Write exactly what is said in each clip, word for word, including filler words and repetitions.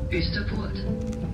Østerport.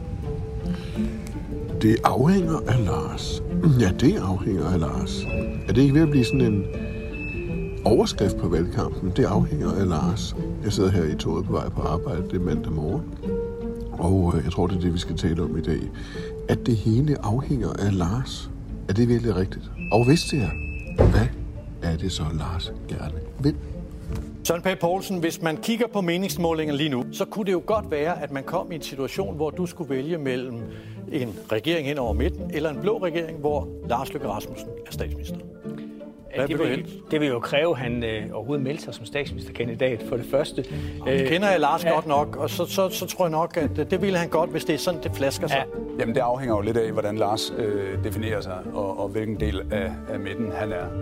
Det afhænger af Lars. Ja, det afhænger af Lars. Er det ikke ved at blive sådan en overskrift på valgkampen? Det afhænger af Lars. Jeg sidder her i toget på vej på arbejde. Det er mandag morgen. Og jeg tror, det er det, vi skal tale om i dag. At det hele afhænger af Lars. Er det virkelig rigtigt? Og hvis det er, hvad er det så, Lars gerne vil? Søren Pape Poulsen, hvis man kigger på meningsmålinger lige nu, så kunne det jo godt være, at man kom i en situation, hvor du skulle vælge mellem en regering hen over midten, eller en blå regering, hvor Lars Løkke Rasmussen er statsminister. Ja, det, vil, det vil jo kræve, at han øh, overhovedet melder sig som statsministerkandidat for det første. Og øh, kender jeg Lars ja. godt nok, og så, så, så tror jeg nok, at det ville han godt, hvis det er sådan, det flasker sig. Ja. Jamen det afhænger jo lidt af, hvordan Lars øh, definerer sig, og, og hvilken del af, af midten han er.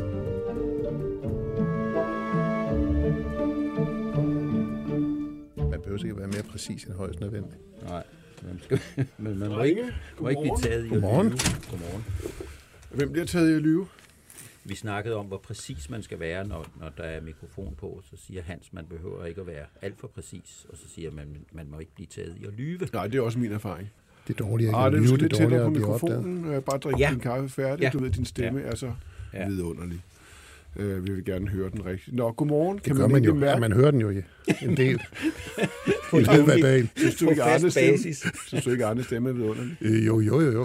Man behøver ikke være mere præcis end højst nødvendigt. Nej, man, skal, men man må ikke, må ikke blive taget i at lyve. Godmorgen. Hvem bliver taget i at lyve? Vi snakkede om, hvor præcis man skal være, når, når der er mikrofon på. Så siger Hans, man behøver ikke at være alt for præcis. Og så siger man, man må ikke blive taget i at lyve. Nej, det er også min erfaring. Det er dårligt ah, at lyve, det er dårligt på mikrofonen. Bare drikke ja. din kaffe færdig. Ja. Du ved, din stemme ja. er så ja. vidunderlig. Uh, vi vil gerne høre den rigtigt. Nå, godmorgen. Det kan gør man, man jo. Mærke? Ja, man hører den jo en del. I løbet af dagen. Synes du ikke, Arnes stemme? Synes du ikke, Arnes stemme er vidunderlig? Øh, jo, jo, jo, jo.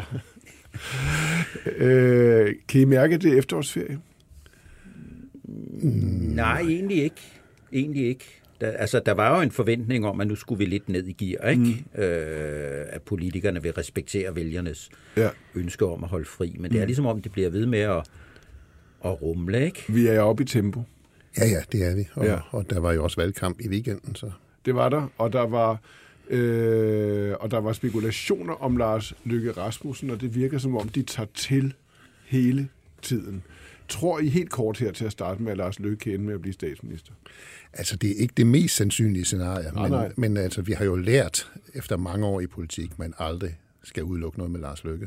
uh, kan I mærke, at det er efterårsferie? Nej, egentlig ikke. Egentlig ikke. Der, altså, der var jo en forventning om, at nu skulle vi lidt ned i gear, ikke? Mm. Øh, at politikerne vil respektere vælgernes ja. ønske om at holde fri. Men det er ligesom om, det bliver ved med at, at rumle, ikke? Vi er oppe i tempo. Ja, ja, det er vi. Og, ja. og der var jo også valgkamp i weekenden, så... Det var der, og der var... Øh, og der var spekulationer om Lars Løkke Rasmussen, og det virker som om, de tager til hele tiden. Tror I helt kort her til at starte med, at Lars Løkke kan ende med at blive statsminister? Altså, det er ikke det mest sandsynlige scenarie, nej, men, nej. men altså, vi har jo lært efter mange år i politik, man aldrig skal udelukke noget med Lars Løkke.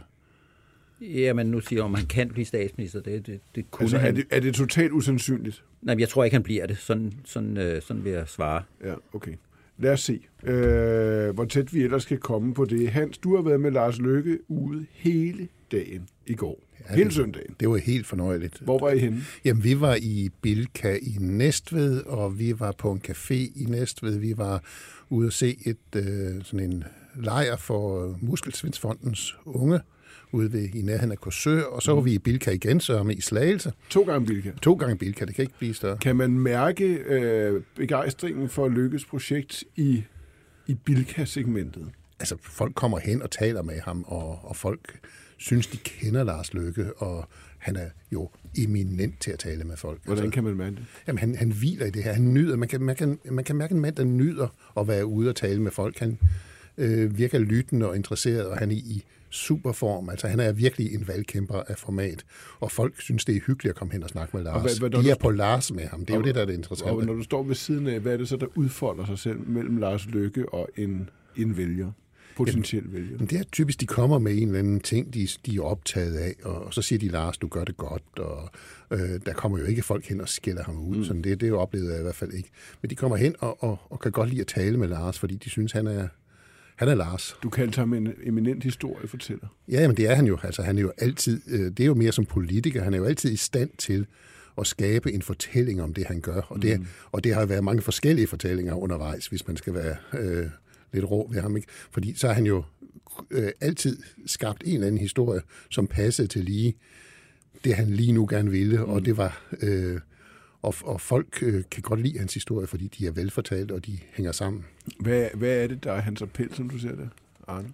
Jamen, nu siger jeg, om han kan blive statsminister. Det, det, det kunne altså, han... er, det, er det totalt usandsynligt? Nej, jeg tror ikke, han bliver det. Sådan, sådan, øh, sådan vil jeg svare. Ja, okay. Lad os se, øh, hvor tæt vi ellers skal komme på det. Hans, du har været med Lars Løkke ude hele dagen i går. Ja, hele søndagen. Det var helt fornøjeligt. Hvor var I henne? Jamen, vi var i Bilka i Næstved, og vi var på en café i Næstved. Vi var ude at se et øh, sådan en lejr for Muskelsvindfondens unge ude ved, i nærheden af Korsør, og så var vi i Bilka igen, så med i Slagelse. To gange Bilka? To gange Bilka, det kan ikke blive større. Kan man mærke øh, begejstringen for Løkkes projekt i, i Bilka-segmentet? Altså, folk kommer hen og taler med ham, og, og folk synes, de kender Lars Løkke, og han er jo eminent til at tale med folk. Hvordan altså, kan man mærke det? Jamen, han, han hviler i det her. Han nyder. Man kan, man, kan, man kan mærke en mand, der nyder at være ude og tale med folk. Han øh, virker lyttende og interesseret, og han er i superform. Altså, han er virkelig en valgkæmper af format. Og folk synes, det er hyggeligt at komme hen og snakke med Lars. Hvad, hvad, De er på Lars med ham. Det er og, jo det, der er det interessante. Og når du står ved siden af, hvad er det så, der udfolder sig selv mellem Lars Løkke og en, en vælger? Potentielt vælger. Jamen, det er typisk, de kommer med en eller anden ting, de, de er optaget af, og så siger de, Lars, du gør det godt, og øh, der kommer jo ikke folk hen og skælder ham ud. Mm. Sådan det, det oplevede jeg i hvert fald ikke. Men de kommer hen og, og, og kan godt lide at tale med Lars, fordi de synes, han er Han er Lars. Du kaldte ham en eminent historiefortæller. Ja, men det er han jo. Altså, han er jo altid, det er jo mere som politiker, han er jo altid i stand til at skabe en fortælling om det, han gør. Og det, mm. og det har været mange forskellige fortællinger undervejs, hvis man skal være øh, lidt rå ved ham. Ikke? Fordi så har han jo øh, altid skabt en eller anden historie, som passede til lige det, han lige nu gerne ville. Mm. Og det var... Øh, Og, og folk øh, kan godt lide hans historie, fordi de er velfortalt, og de hænger sammen. Hvad, hvad er det, der er hans appel, som du ser det, Arne?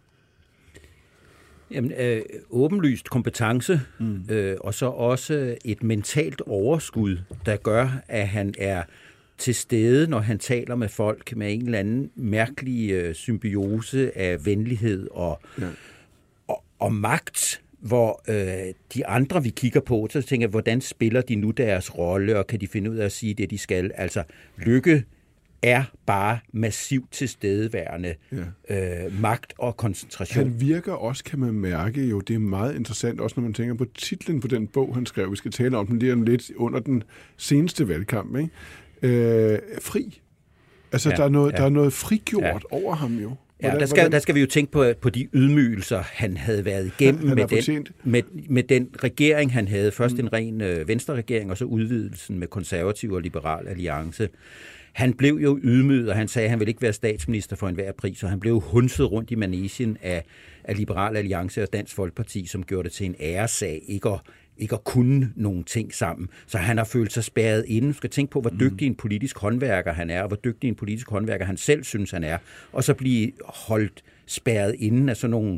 Jamen, øh, åbenlyst kompetence, mm. øh, og så også et mentalt overskud, der gør, at han er til stede, når han taler med folk med en eller anden mærkelig øh, symbiose af venlighed og, ja. og, og magt, hvor øh, de andre, vi kigger på, så tænker jeg, hvordan spiller de nu deres rolle, og kan de finde ud af at sige det, de skal? Altså, Løkke er bare massivt tilstedeværende ja. øh, magt og koncentration. Han virker også, kan man mærke, jo, det er meget interessant, også når man tænker på titlen på den bog, han skrev. Vi skal tale om den lige lidt under den seneste valgkamp, ikke? Øh, fri. Altså, ja, der, er noget, ja. der er noget frigjort ja. over ham jo. Ja, der skal, der skal vi jo tænke på, på de ydmygelser, han havde været igennem han, han med, den, med, med den regering, han havde. Først mm. en ren øh, venstreregering, og så udvidelsen med konservativ og liberal alliance. Han blev jo ydmyget, og han sagde, at han ville ikke være statsminister for enhver pris, og han blev hunset rundt i manegen af, af Liberal Alliance og Dansk Folkeparti, som gjorde det til en æresag, ikke at, ikke at kunne nogle ting sammen. Så han har følt sig spærret inde. Du skal tænke på, hvor dygtig en politisk håndværker han er, og hvor dygtig en politisk håndværker han selv synes, han er, og så blive holdt spærret inde af sådan nogle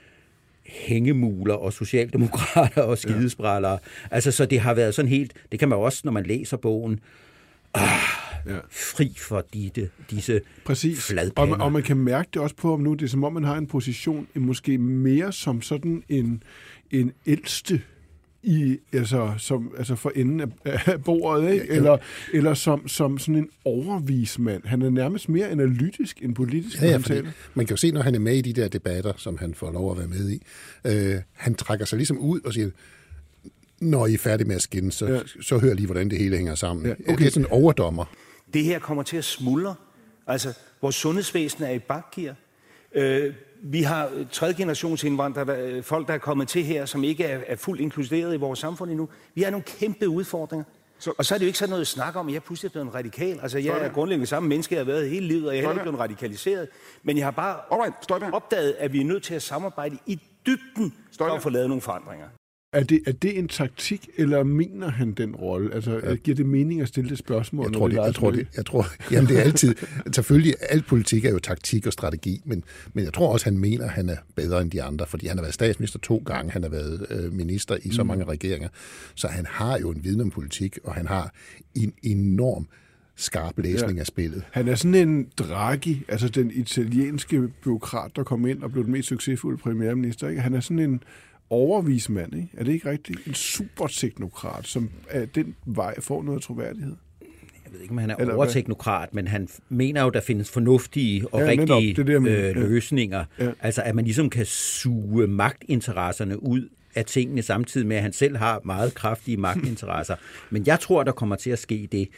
hængemuler og socialdemokrater og skidesprallere. Ja. Altså, så det har været sådan helt, det kan man også, når man læser bogen, ah, ja. fri for de, de, disse Præcis. fladpander. Og, og man kan mærke det også på ham nu, det er som om, man har en position, måske mere som sådan en, en ældste i, altså, som, altså for enden af, af bordet, ikke? Eller, eller som, som sådan en overvismand. Han er nærmest mere analytisk end politisk. Ja, ja, fordi man kan jo se, når han er med i de der debatter, som han får lov at være med i, øh, han trækker sig ligesom ud og siger, når I er færdige med at skinne, så, ja. så hør lige, hvordan det hele hænger sammen. Ja, okay. Det er sådan en overdommer. Det her kommer til at smuldre. Altså, vores sundhedsvæsen er i bakgear. Øh, vi har tredje generations indvandrere, folk, der er kommet til her, som ikke er, er fuldt inkluderet i vores samfund endnu. Vi har nogle kæmpe udfordringer. Så, og så er det jo ikke sådan noget at snakke om, at jeg pludselig er blevet en radikal. Altså, jeg er grundlæggende samme menneske, jeg har været hele livet, og jeg er heller ikke blevet radikaliseret. Men jeg har bare Alright, opdaget, at vi er nødt til at samarbejde i dybden for at få lavet nogle forandringer. Er det, er det en taktik, eller mener han den rolle? Altså, ja. Giver det mening at stille det spørgsmål? Jeg tror, det, jeg tror, det, jeg tror, jamen det er altid, selvfølgelig, al politik er jo taktik og strategi, men, men jeg tror også, han mener, at han er bedre end de andre, fordi han har været statsminister to gange, han har været øh, minister i så mange regeringer, så han har jo en viden om politik, og han har en enorm skarp læsning ja. af spillet. Han er sådan en Draghi, altså den italienske bureaukrat, der kom ind og blev den mest succesfulde premierminister. Ikke? Han er sådan en overvismand, ikke? Er det ikke rigtigt? En superteknokrat, som af den vej får noget troværdighed? Jeg ved ikke, om han er Eller overteknokrat, hvad? Men han mener jo, der findes fornuftige og ja, rigtige det der, øh, løsninger. Ja. Altså, at man ligesom kan suge magtinteresserne ud af tingene, samtidig med, at han selv har meget kraftige magtinteresser. Men jeg tror, der kommer til at ske det,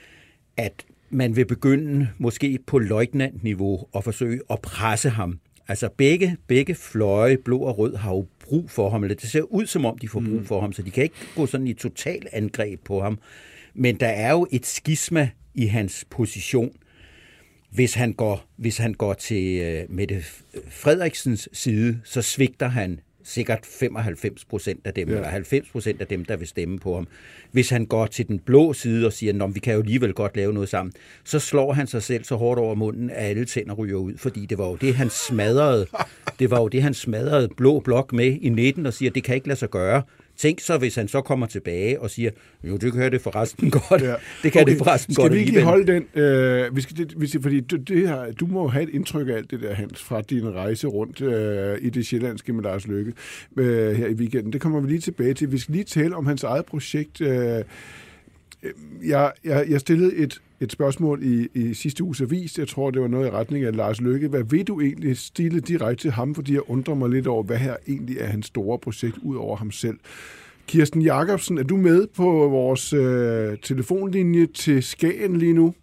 at man vil begynde, måske på løjtnantniveau, at forsøge at presse ham. Altså begge, begge fløje, blå og rød, har jo brug for ham, eller det ser ud som om, de får brug for ham, så de kan ikke gå sådan i total angreb på ham. Men der er jo et skisma i hans position, hvis han går, hvis han går til uh, Mette Frederiksens side, så svigter han sikkert femoghalvfems procent af dem, ja. eller halvfems procent af dem, der vil stemme på ham. Hvis han går til den blå side og siger, at vi kan jo alligevel godt lave noget sammen, så slår han sig selv så hårdt over munden, at alle tænder ryger ud, fordi det var jo det, han smadrede, det var jo det, han smadrede blå blok med i nitten og siger, at det kan ikke lade sig gøre. Tænk så, hvis han så kommer tilbage og siger, jo, det kan det forresten godt. Ja. Det kan okay. det forresten skal godt. Skal vi ikke holde den? Øh, vi skal, det, vi skal, fordi du, det her, du må have et indtryk af alt det der, Hans, fra din rejse rundt øh, i det sjællandske med Lars Løkke øh, her i weekenden. Det kommer vi lige tilbage til. Vi skal lige tale om hans eget projekt. Øh, jeg, jeg, jeg stillede et, et spørgsmål i, i sidste uges avis. Jeg tror, det var noget i retning af Lars Løkke. Hvad vil du egentlig stille direkte til ham? Fordi jeg undrer mig lidt over, hvad her egentlig er hans store projekt, ud over ham selv. Kirsten Jacobsen, er du med på vores øh, telefonlinje til Skagen lige nu?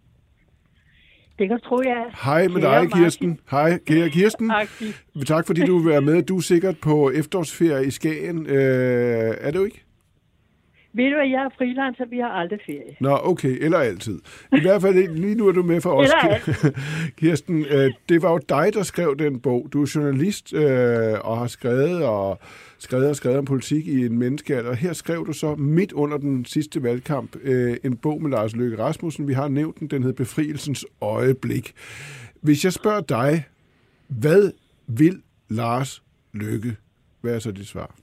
Det kan tro, jeg. Hej med dig, Kirsten. Hej, kære Kirsten. Tak fordi du vil være med. Du er sikkert på efterårsferie i Skagen. Øh, er du ikke? Ved du, at jeg er freelancer, vi har aldrig ferie. Nå, okay, eller altid. I hvert fald lige nu er du med for os, Kirsten. Det var jo dig, der skrev den bog. Du er journalist øh, og har skrevet og skrevet og skrevet om politik i en menneskealder. Her skrev du så midt under den sidste valgkamp øh, en bog med Lars Løkke Rasmussen. Vi har nævnt den, den hed Befrielsens øjeblik. Hvis jeg spørger dig, hvad vil Lars Løkke? Hvad er så dit svar?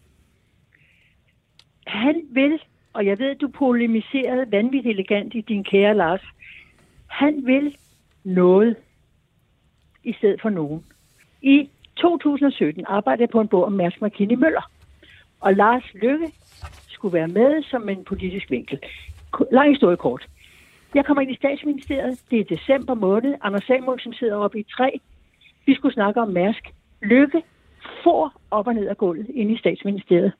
Han vil, og jeg ved, du polemiserede vanvittigt elegant i din kære Lars, han vil noget i stedet for nogen. I to tusind og sytten arbejdede jeg på en bog om Mærsk Mc-Kinney Møller, og Lars Løkke skulle være med som en politisk vinkel. Lang historie kort. Jeg kommer ind i Statsministeriet, det er december måned, Anders Samuelsen sidder oppe i træ. Vi skulle snakke om Mærsk. Løkke for op og ned af gulvet inde i Statsministeriet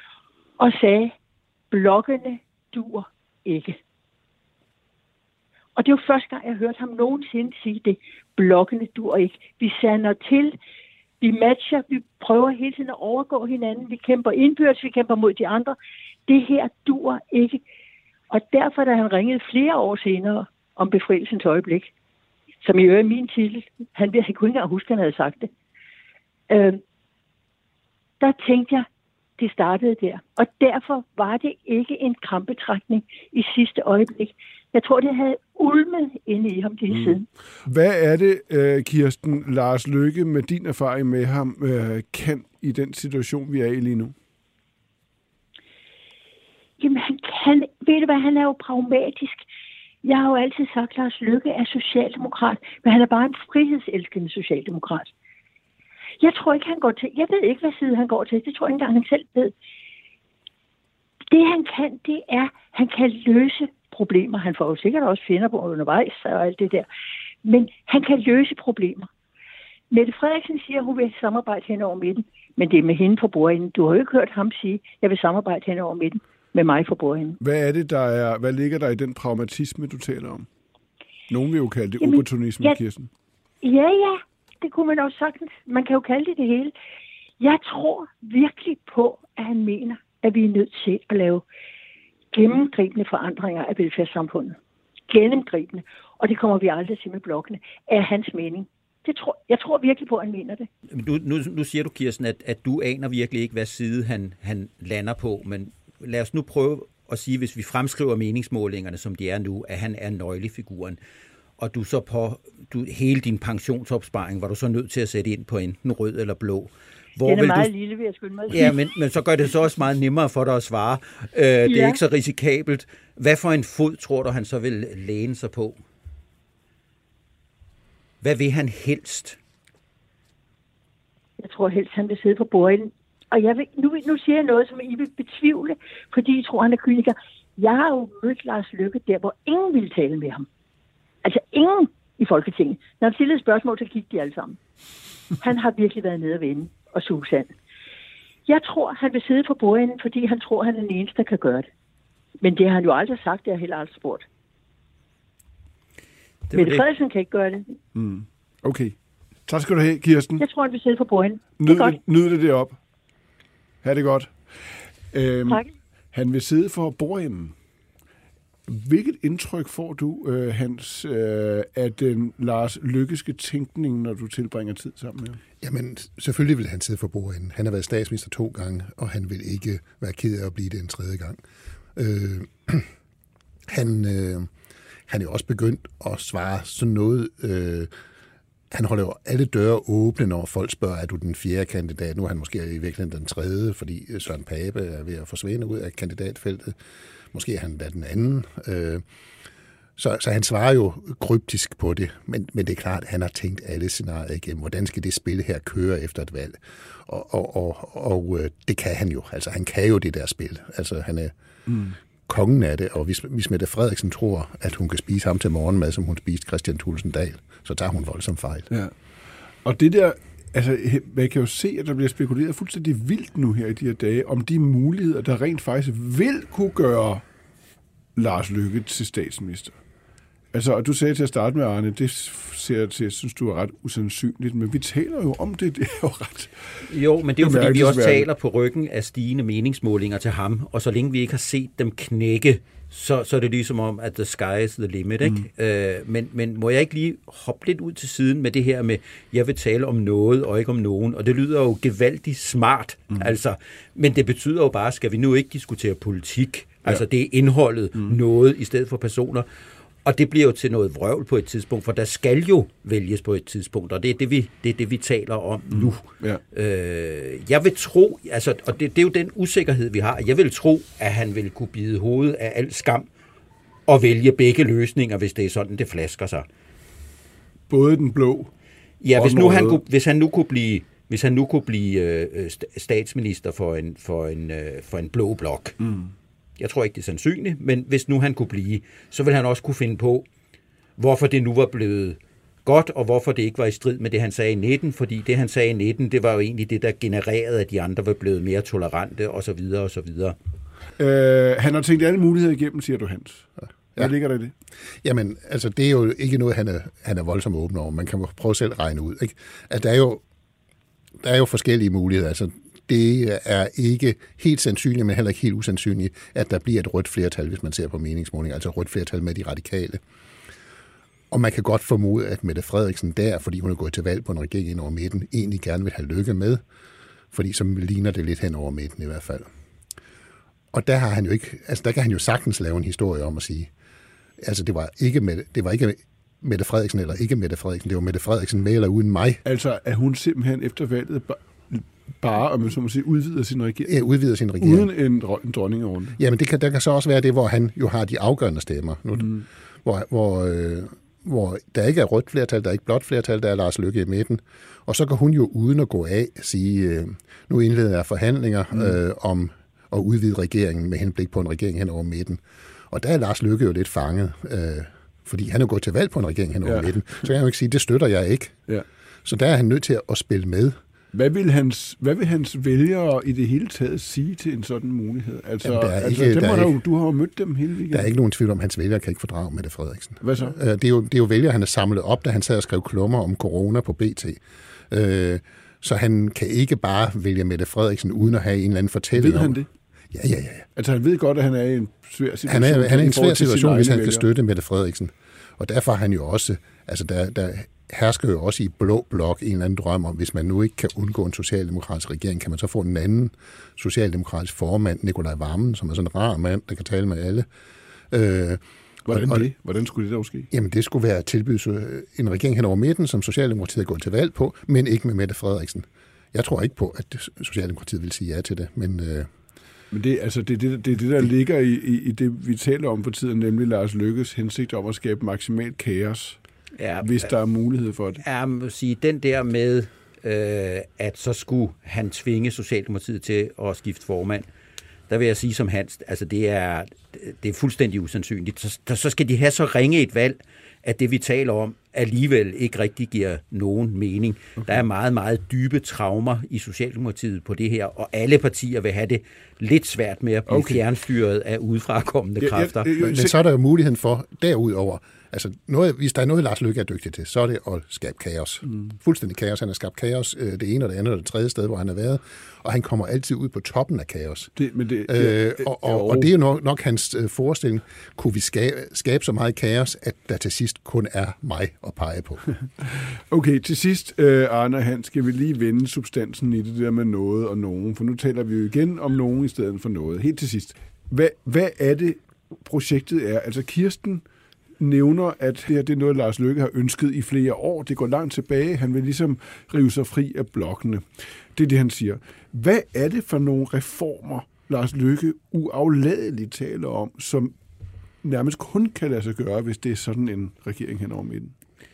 og sagde, blokkene dur ikke. Og det var første gang, jeg hørte ham nogensinde sige det. Blokkene dur ikke. Vi sander til, vi matcher, vi prøver hele tiden at overgå hinanden, vi kæmper indbyrdes, vi kæmper mod de andre. Det her dur ikke. Og derfor, da han ringede flere år senere om befrielsens øjeblik, som i øvrigt min titel, han, han kunne ikke engang huske, at han havde sagt det, øh, der tænkte jeg, det startede der. Og derfor var det ikke en krampetrækning i sidste øjeblik. Jeg tror, det havde ulmet inde i ham lige mm. siden. Hvad er det, Kirsten, Lars Løkke, med din erfaring med ham, kan i den situation, vi er i lige nu? Jamen, han kan... Ved du hvad, han er jo pragmatisk. Jeg har jo altid sagt, at Lars Løkke er socialdemokrat, men han er bare en frihedselskende socialdemokrat. Jeg tror ikke, han går til... Jeg ved ikke, hvad side han går til. Det tror jeg ikke engang, han selv ved. Det, han kan, det er, at han kan løse problemer. Han får jo sikkert også fjender på undervejs og alt det der. Men han kan løse problemer. Mette Frederiksen siger, at hun vil samarbejde hen over midten, men det er med hende for bordenden. Du har jo ikke hørt ham sige, at jeg vil samarbejde hen over midten med mig for bordenden. Hvad er det, der er... Hvad ligger der i den pragmatisme, du taler om? Nogen vil jo kalde det Jamen, opportunisme, ja, Kirsten. Ja, ja. Det kunne man også sagtens. Man kan jo kalde det det hele. Jeg tror virkelig på, at han mener, at vi er nødt til at lave gennemgribende forandringer af velfærdssamfundet. Gennemgribende. Og det kommer vi aldrig til med blokkene. Er hans mening. Det tror, jeg tror virkelig på, at han mener det. Nu, nu, nu siger du, Kirsten, at, at du aner virkelig ikke, hvad side han, han lander på. Men lad os nu prøve at sige, hvis vi fremskriver meningsmålingerne, som de er nu, at han er nøglefiguren. Og du så på du, hele din pensionsopsparing, var du så nødt til at sætte ind på enten rød eller blå. Hvor den er meget du... lille, vil jeg skynde mig. Ja, men, men så gør det så også meget nemmere for dig at svare. Øh, ja. Det er ikke så risikabelt. Hvad for en fod tror du, han så vil læne sig på? Hvad vil han helst? Jeg tror helst, han vil sidde på bordenden. Og jeg vil, nu, nu siger jeg noget, som I vil betvivle, fordi I tror, han er kyniker. Jeg har jo mødt Lars Løkke der, hvor ingen ville tale med ham. Altså ingen i Folketinget. Når han stillede spørgsmål, så kiggede de alle sammen. Han har virkelig været nede at vende og suge sand. Jeg tror, han vil sidde på bordenden, fordi han tror, han er den eneste, der kan gøre det. Men det har han jo aldrig sagt, det har heller aldrig spurgt. Mette Frederiksen kan ikke gøre det. Mm. Okay. Tak skal du have, Kirsten. Jeg tror, han vil sidde på bordenden. Nyd det, det, nyd det derop. Ha' det godt. Øhm, tak. Han vil sidde for bordenden. Hvilket indtryk får du, øh, Hans, øh, af den Lars Løkkeske tænkning, når du tilbringer tid sammen med ham? Jamen, selvfølgelig vil han sidde for bordenden. Han har været statsminister to gange, og han vil ikke være ked af at blive det en tredje gang. Øh, han, øh, han er jo også begyndt at svare sådan noget... Øh, han holder jo alle døre åbne, når folk spørger, er du den fjerde kandidat? Nu er han måske i virkeligheden den tredje, fordi Søren Pape er ved at forsvinde ud af kandidatfeltet. Måske er han da den anden. Så, så han svarer jo kryptisk på det, men, men det er klart, at han har tænkt alle scenarier igennem. Hvordan skal det spil her køre efter et valg? Og, og, og, og det kan han jo. Altså, han kan jo det der spil. Altså, han er mm. kongen af det, og hvis, hvis Mette Frederiksen tror, at hun kan spise ham til morgenmad, som hun spiste Kristian Thulesen Dahl, så tager hun voldsomt fejl. Ja. Og det der, altså, man kan jo se, at der bliver spekuleret fuldstændig vildt nu her i de her dage, om de muligheder, der rent faktisk vil kunne gøre Lars Løkke til statsminister. Altså, og du sagde til at starte med, Arne, det ser jeg til, jeg synes, du er ret usandsynligt, men vi taler jo om det, det er jo ret... Jo, men det er jo, fordi vi også taler på ryggen af stigende meningsmålinger til ham, og så længe vi ikke har set dem knække, så, så er det ligesom om, at the sky is the limit, ikke? Mm. Øh, men, men må jeg ikke lige hoppe lidt ud til siden med det her med, jeg vil tale om noget og ikke om nogen, og det lyder jo gevaldigt smart, mm. altså, men det betyder jo bare, skal vi nu ikke diskutere politik? Ja. Altså, det er indholdet, mm. noget i stedet for personer. Og det bliver jo til noget vrøvl på et tidspunkt, for der skal jo vælges på et tidspunkt, og det er det, vi, det, er det, vi taler om nu. Mm. Ja. Øh, jeg vil tro, altså, og det, det er jo den usikkerhed, vi har, jeg vil tro, at han vil kunne bide hovedet af al skam og vælge begge løsninger, hvis det er sådan, det flasker sig. Både den blå? Ja, hvis, nu han kunne, hvis han nu kunne blive, hvis han nu kunne blive øh, statsminister for en, for en, øh, for en blå blok. Mm. Jeg tror ikke, det er sandsynligt, men hvis nu han kunne blive, så vil han også kunne finde på, hvorfor det nu var blevet godt, og hvorfor det ikke var i strid med det, han sagde i nitten, fordi det, han sagde i nitten, det var jo egentlig det, der genererede, at de andre var blevet mere tolerante, osv., osv. Øh, han har tænkt alle muligheder igennem, siger du, Hans. Hvad ja. ligger der i det? Jamen, altså, det er jo ikke noget, han er, han er voldsomt åben over. Man kan prøve selv at regne ud, ikke? At der er jo, der er jo forskellige muligheder. Altså, det er ikke helt sandsynligt, men heller ikke helt usandsynligt, at der bliver et rødt flertal, hvis man ser på meningsmålinger, altså et rødt flertal med de radikale. Og man kan godt formode, at Mette Frederiksen der, fordi hun er gået til valg på en regering ind over midten, egentlig gerne vil have lykke med, fordi så ligner det lidt hen over midten i hvert fald. Og der har han jo ikke, altså der kan han jo sagtens lave en historie om at sige, altså det var ikke Mette, det var ikke Mette Frederiksen eller ikke Mette Frederiksen, det var Mette Frederiksen med eller uden mig. Altså er hun simpelthen efter valget bare, om man så må sige, udvider sin regering? Ja, udvider sin regering. Uden en, en dronningerunde? Jamen det kan, der kan så også være det, hvor han jo har de afgørende stemmer nu, mm. hvor, hvor, øh, hvor der ikke er rødt flertal, der er ikke blåt flertal, der er Lars Løkke i midten. Og så kan hun jo uden at gå af sige, øh, nu indleder jeg forhandlinger mm. øh, om at udvide regeringen med henblik på en regering hen over midten. Og der er Lars Løkke jo lidt fanget, øh, fordi han er gået til valg på en regering hen over ja. midten. Så kan jeg jo ikke sige, det støtter jeg ikke. Ja. Så der er han nødt til at spille med. Hvad vil hans, hvad vil hans vælgere i det hele taget sige til en sådan mulighed? Altså, Jamen, altså ikke, dem har ikke, du har jo mødt dem hele weekenden. Der er ikke nogen tvivl om, at hans vælgere kan ikke fordrage Mette Frederiksen. Hvad så? Det er jo, det er jo vælgere, han har samlet op, da han sad og skrev klummer om corona på B T. Øh, så han kan ikke bare vælge Mette Frederiksen uden at have en eller anden fortælling. Ved han det? Ja, ja, ja. Altså han ved godt, at han er i en svær situation. Han er, han er i en svær situation, hvis han kan støtte Mette Frederiksen. Og derfor har han jo også, altså der, der hersker jo også i blå blok en eller anden drøm om, hvis man nu ikke kan undgå en socialdemokratisk regering, kan man så få en anden socialdemokratisk formand, Nikolaj Wammen, som er sådan en rar mand, der kan tale med alle. Øh, Hvordan det? Hvordan skulle det dog ske? Jamen, det skulle være tilbydes en regering hen over midten, som Socialdemokratiet er gået til valg på, men ikke med Mette Frederiksen. Jeg tror ikke på, at Socialdemokratiet vil sige ja til det, men... Øh, Men det, altså, det, det, det er det, der ligger i, i, i det, vi taler om for tiden, nemlig Lars Løkkes hensigt om at skabe maksimalt kaos, ja, hvis der er mulighed for det. Ja, man må sige, den der med, øh, at så skulle han tvinge Socialdemokratiet til at skifte formand, der vil jeg sige som Hans, altså det er, det er fuldstændig usandsynligt. Så, der, så skal de have så ringe et valg, at det vi taler om alligevel ikke rigtig giver nogen mening. Okay. Der er meget, meget dybe traumer i Socialdemokratiet på det her, og alle partier vil have det lidt svært med at blive okay. fjernstyret af udefrakommende ja, kræfter. Ja, ja, ja, Men så er der jo muligheden for derudover, altså noget, hvis der er noget, Lars Løkke er dygtig til, så er det at skabe kaos. Mm. Fuldstændig kaos. Han har skabt kaos det ene og det andet og det tredje sted, hvor han har været, og han kommer altid ud på toppen af kaos. Det, men det, øh, det, og, og, og det er jo nok, nok hans forestilling. Kunne vi skabe, skabe så meget kaos, at der til sidst kun er mig at pege på? Okay, til sidst, øh, Arne og Hans, skal vi lige vende substansen i det der med noget og nogen, for nu taler vi jo igen om nogen i stedet for noget. Helt til sidst. Hvad, hvad er det, projektet er? Altså Kirsten nævner, at det her det er noget, Lars Løkke har ønsket i flere år. Det går langt tilbage. Han vil ligesom rive sig fri af blokkene. Det er det, han siger. Hvad er det for nogle reformer, Lars Løkke uafladeligt taler om, som nærmest kun kan lade sig gøre, hvis det er sådan en regering hen over midten?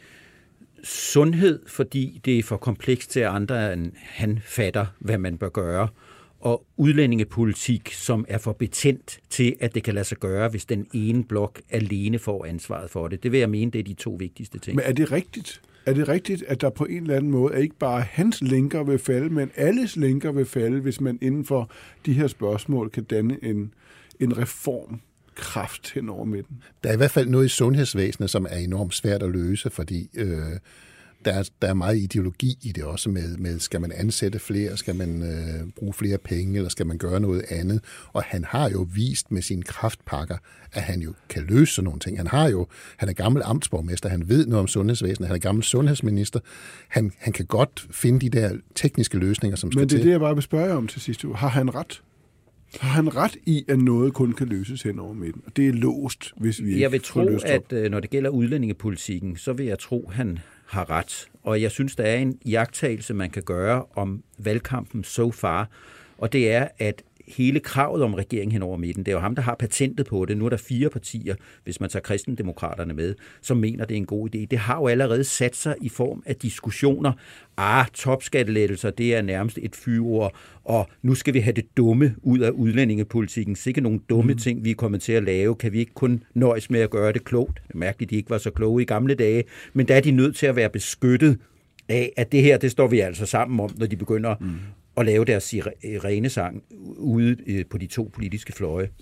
Sundhed, fordi det er for komplekst til andre, end han fatter, hvad man bør gøre. Og udlændingepolitik, som er for betændt til, at det kan lade sig gøre, hvis den ene blok alene får ansvaret for det. Det vil jeg mene, det er de to vigtigste ting. Men er det rigtigt? Er det rigtigt, at der på en eller anden måde er ikke bare hans lænker vil falde, men alles lænker vil falde, hvis man inden for de her spørgsmål kan danne en, en reformkraft hen over midten? Der er i hvert fald noget i sundhedsvæsenet, som er enormt svært at løse, fordi... Øh Der er, der er meget ideologi i det også med, med skal man ansætte flere, skal man øh, bruge flere penge, eller skal man gøre noget andet. Og han har jo vist med sine kraftpakker, at han jo kan løse sådan nogle ting. Han har jo, han er gammel amtsborgmester, han ved noget om sundhedsvæsenet, han er gammel sundhedsminister. Han, han kan godt finde de der tekniske løsninger, som skal til. Men det er det, jeg bare vil spørge om til sidst. Har han ret? Har han ret i, at noget kun kan løses hen over midten? Og det er låst, hvis vi ikke Jeg vil tro, at når det gælder udlændingepolitikken, så vil jeg tro, at han har ret. Og jeg synes, der er en iagttagelse, man kan gøre om valgkampen so far, og det er, at hele kravet om regeringen hen over midten, det er jo ham, der har patentet på det. Nu er der fire partier, hvis man tager kristendemokraterne med, som mener, det er en god idé. Det har jo allerede sat sig i form af diskussioner. Ah, topskattelettelser, det er nærmest et fyord, og nu skal vi have det dumme ud af udlændingepolitikken. Sikke nogle dumme mm. ting, vi er kommet til at lave. Kan vi ikke kun nøjes med at gøre det klogt? Det er mærkeligt, de ikke var så kloge i gamle dage, men der er de nødt til at være beskyttet af, at det her, det står vi altså sammen om, når de begynder mm. at lave deres sirenesang ude på de to politiske fløje.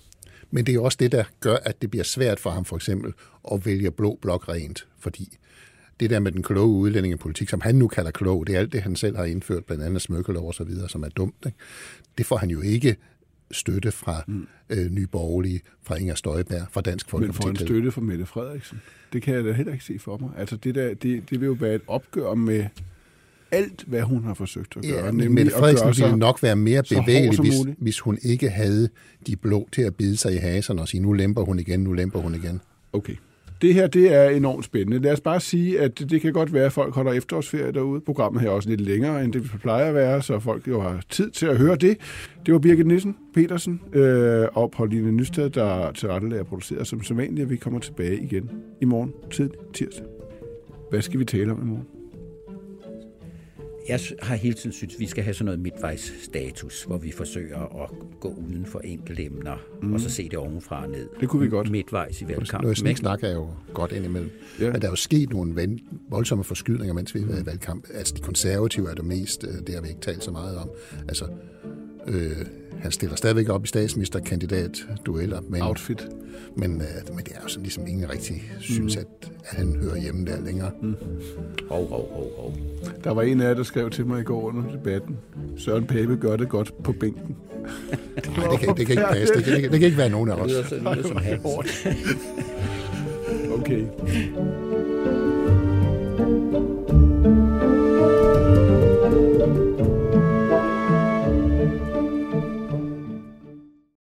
Men det er også det, der gør, at det bliver svært for ham for eksempel at vælge blå blok rent, fordi det der med den kloge udlændingepolitik, som han nu kalder klog, det er alt det, han selv har indført, blandt andet smykkelov og så videre, som er dumt. Ikke? Det får han jo ikke støtte fra mm. øh, Nye Borgerlige, fra Inger Støjberg, fra Dansk Folkeparti. Men får han støtte fra Mette Frederiksen? Det kan jeg da heller ikke se for mig. Altså det, der, det, det vil jo være et opgør med alt, hvad hun har forsøgt at gøre. Ja, men Mette Frederiksen ville nok være mere bevægelig, hvis, hvis hun ikke havde de blå til at bide sig i haserne og sige, nu lemper hun igen, nu lemper hun igen. Okay. Det her, det er enormt spændende. Lad os bare sige, at det kan godt være, at folk holder efterårsferie derude. Programmet her er også lidt længere, end det plejer at være, så folk jo har tid til at høre det. Det var Birgit Nissen Petersen øh, og Pauline Nystad, der tilrettelægger og producerer som sædvanligt, og vi kommer tilbage igen i morgen tidlig tirsdag. Hvad skal vi tale om i morgen? Jeg har hele tiden synes, at vi skal have sådan noget midtvejsstatus, hvor vi forsøger at gå uden for enkeltemner, mm. og så se det ovenfra og ned. Det kunne vi godt. Midtvejs i valgkampen. Noget sniksnak er jo godt indimellem. Ja. Men der er jo sket nogle voldsomme forskydninger, mens vi har været i valgkamp. Altså de konservative er det mest, det har vi ikke talt så meget om. Altså, øh, han stiller stadigvæk op i statsministerkandidat-dueller. Men, Outfit. Men, øh, men det er jo sådan ligesom ingen rigtig synes, mm. at, at han hører hjemme der længere. Mm. Hov, hov, hov, hov. Der var en af jer, der skrev til mig i går under debatten. Søren Pape gør det godt på bænken. Nej, det kan, det kan ikke passe. Det kan, det kan ikke være nogen af os. Det lyder, det lyder som hans. Okay.